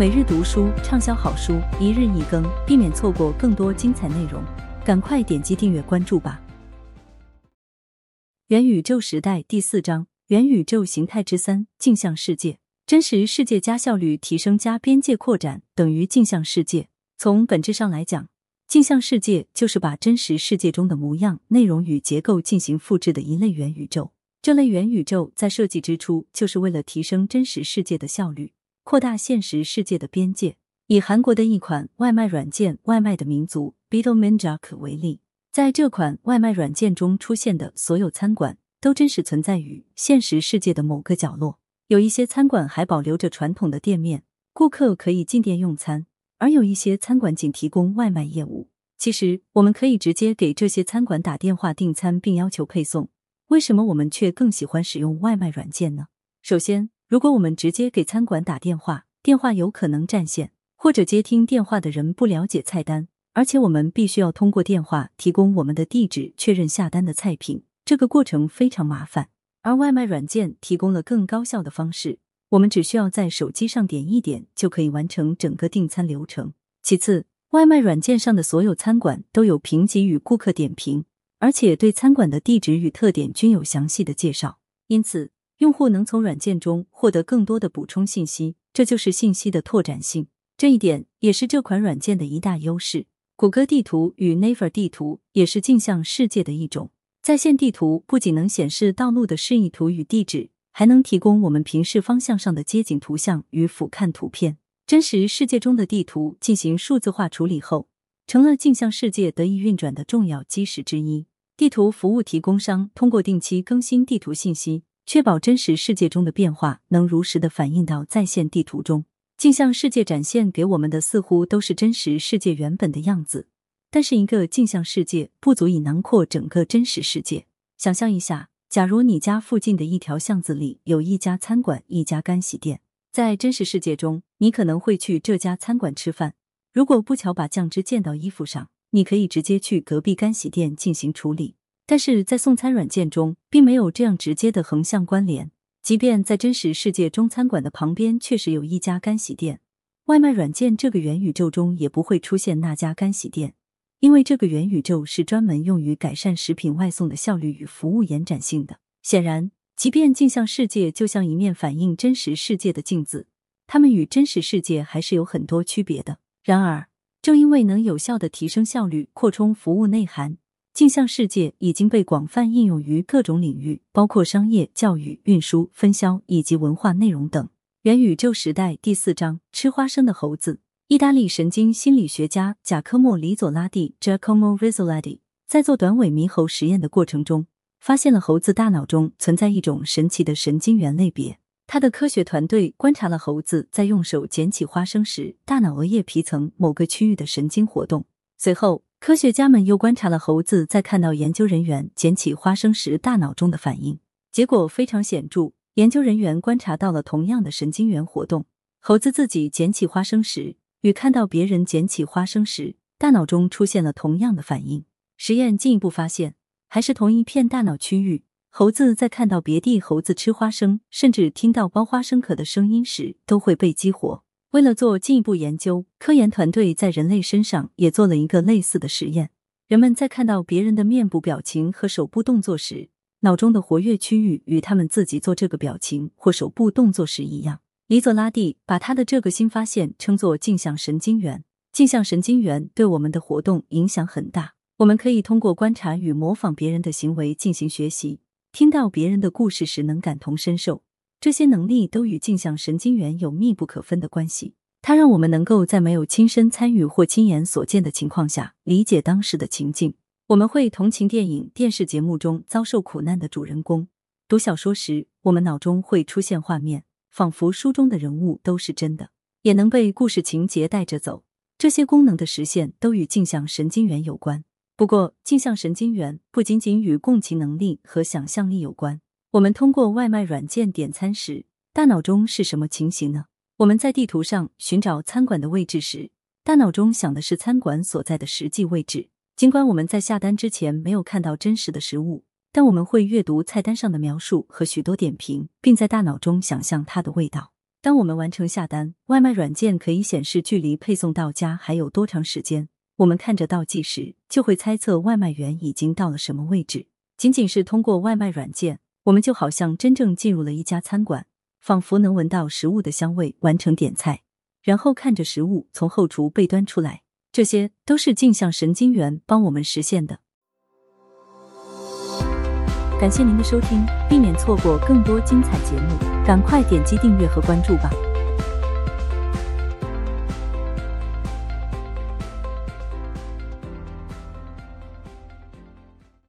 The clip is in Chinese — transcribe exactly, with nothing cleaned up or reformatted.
每日读书畅销好书，一日一更，避免错过更多精彩内容。赶快点击订阅关注吧。元宇宙时代第四章：元宇宙形态之三，镜像世界。真实世界加效率提升加边界扩展等于镜像世界。从本质上来讲，镜像世界就是把真实世界中的模样、内容与结构进行复制的一类元宇宙。这类元宇宙在设计之初就是为了提升真实世界的效率，扩大现实世界的边界。以韩国的一款外卖软件外卖的民族 Bidominjak 为例，在这款外卖软件中出现的所有餐馆都真实存在于现实世界的某个角落。有一些餐馆还保留着传统的店面，顾客可以进店用餐，而有一些餐馆仅提供外卖业务。其实我们可以直接给这些餐馆打电话订餐并要求配送，为什么我们却更喜欢使用外卖软件呢？首先，如果我们直接给餐馆打电话，电话有可能占线，或者接听电话的人不了解菜单，而且我们必须要通过电话提供我们的地址确认下单的菜品，这个过程非常麻烦。而外卖软件提供了更高效的方式，我们只需要在手机上点一点就可以完成整个订餐流程。其次，外卖软件上的所有餐馆都有评级与顾客点评，而且对餐馆的地址与特点均有详细的介绍，因此用户能从软件中获得更多的补充信息，这就是信息的拓展性。这一点也是这款软件的一大优势。谷歌地图与 Naver 地图也是镜像世界的一种。在线地图不仅能显示道路的示意图与地址，还能提供我们平视方向上的街景图像与俯瞰图片。真实世界中的地图进行数字化处理后，成了镜像世界得以运转的重要基石之一。地图服务提供商通过定期更新地图信息，确保真实世界中的变化能如实地反映到在线地图中。镜像世界展现给我们的似乎都是真实世界原本的样子，但是一个镜像世界不足以囊括整个真实世界。想象一下，假如你家附近的一条巷子里有一家餐馆，一家干洗店，在真实世界中，你可能会去这家餐馆吃饭，如果不巧把酱汁溅到衣服上，你可以直接去隔壁干洗店进行处理。但是在送餐软件中，并没有这样直接的横向关联。即便在真实世界中餐馆的旁边确实有一家干洗店，外卖软件这个元宇宙中也不会出现那家干洗店，因为这个元宇宙是专门用于改善食品外送的效率与服务延展性的。显然，即便镜像世界就像一面反映真实世界的镜子，它们与真实世界还是有很多区别的。然而，正因为能有效地提升效率、扩充服务内涵，镜像世界已经被广泛应用于各种领域，包括商业、教育、运输、分销以及文化内容等。元宇宙时代第四章：吃花生的猴子。意大利神经心理学家贾科莫·里佐拉蒂 （Giacomo Rizzolatti） 在做短尾猕猴实验的过程中，发现了猴子大脑中存在一种神奇的神经元类别。他的科学团队观察了猴子在用手捡起花生时，大脑额叶皮层某个区域的神经活动。随后，科学家们又观察了猴子在看到研究人员捡起花生时大脑中的反应，结果非常显著。研究人员观察到了同样的神经元活动，猴子自己捡起花生时，与看到别人捡起花生时，大脑中出现了同样的反应。实验进一步发现，还是同一片大脑区域，猴子在看到别地猴子吃花生，甚至听到剥花生壳的声音时，都会被激活。为了做进一步研究，科研团队在人类身上也做了一个类似的实验。人们在看到别人的面部表情和手部动作时，脑中的活跃区域与他们自己做这个表情或手部动作时一样。里佐拉蒂把他的这个新发现称作镜像神经元。镜像神经元对我们的活动影响很大，我们可以通过观察与模仿别人的行为进行学习，听到别人的故事时能感同身受，这些能力都与镜像神经元有密不可分的关系。它让我们能够在没有亲身参与或亲眼所见的情况下，理解当时的情境。我们会同情电影、电视节目中遭受苦难的主人公，读小说时，我们脑中会出现画面，仿佛书中的人物都是真的，也能被故事情节带着走。这些功能的实现都与镜像神经元有关。不过，镜像神经元不仅仅与共情能力和想象力有关。我们通过外卖软件点餐时，大脑中是什么情形呢？我们在地图上寻找餐馆的位置时，大脑中想的是餐馆所在的实际位置。尽管我们在下单之前没有看到真实的食物，但我们会阅读菜单上的描述和许多点评，并在大脑中想象它的味道。 当我们完成下单，外卖软件可以显示距离配送到家还有多长时间。我们看着倒计时，就会猜测外卖员已经到了什么位置。仅仅是通过外卖软件，我们就好像真正进入了一家餐馆，仿佛能闻到食物的香味，完成点菜，然后看着食物从后厨被端出来。这些都是镜像神经元帮我们实现的。感谢您的收听，避免错过更多精彩节目，赶快点击订阅和关注吧。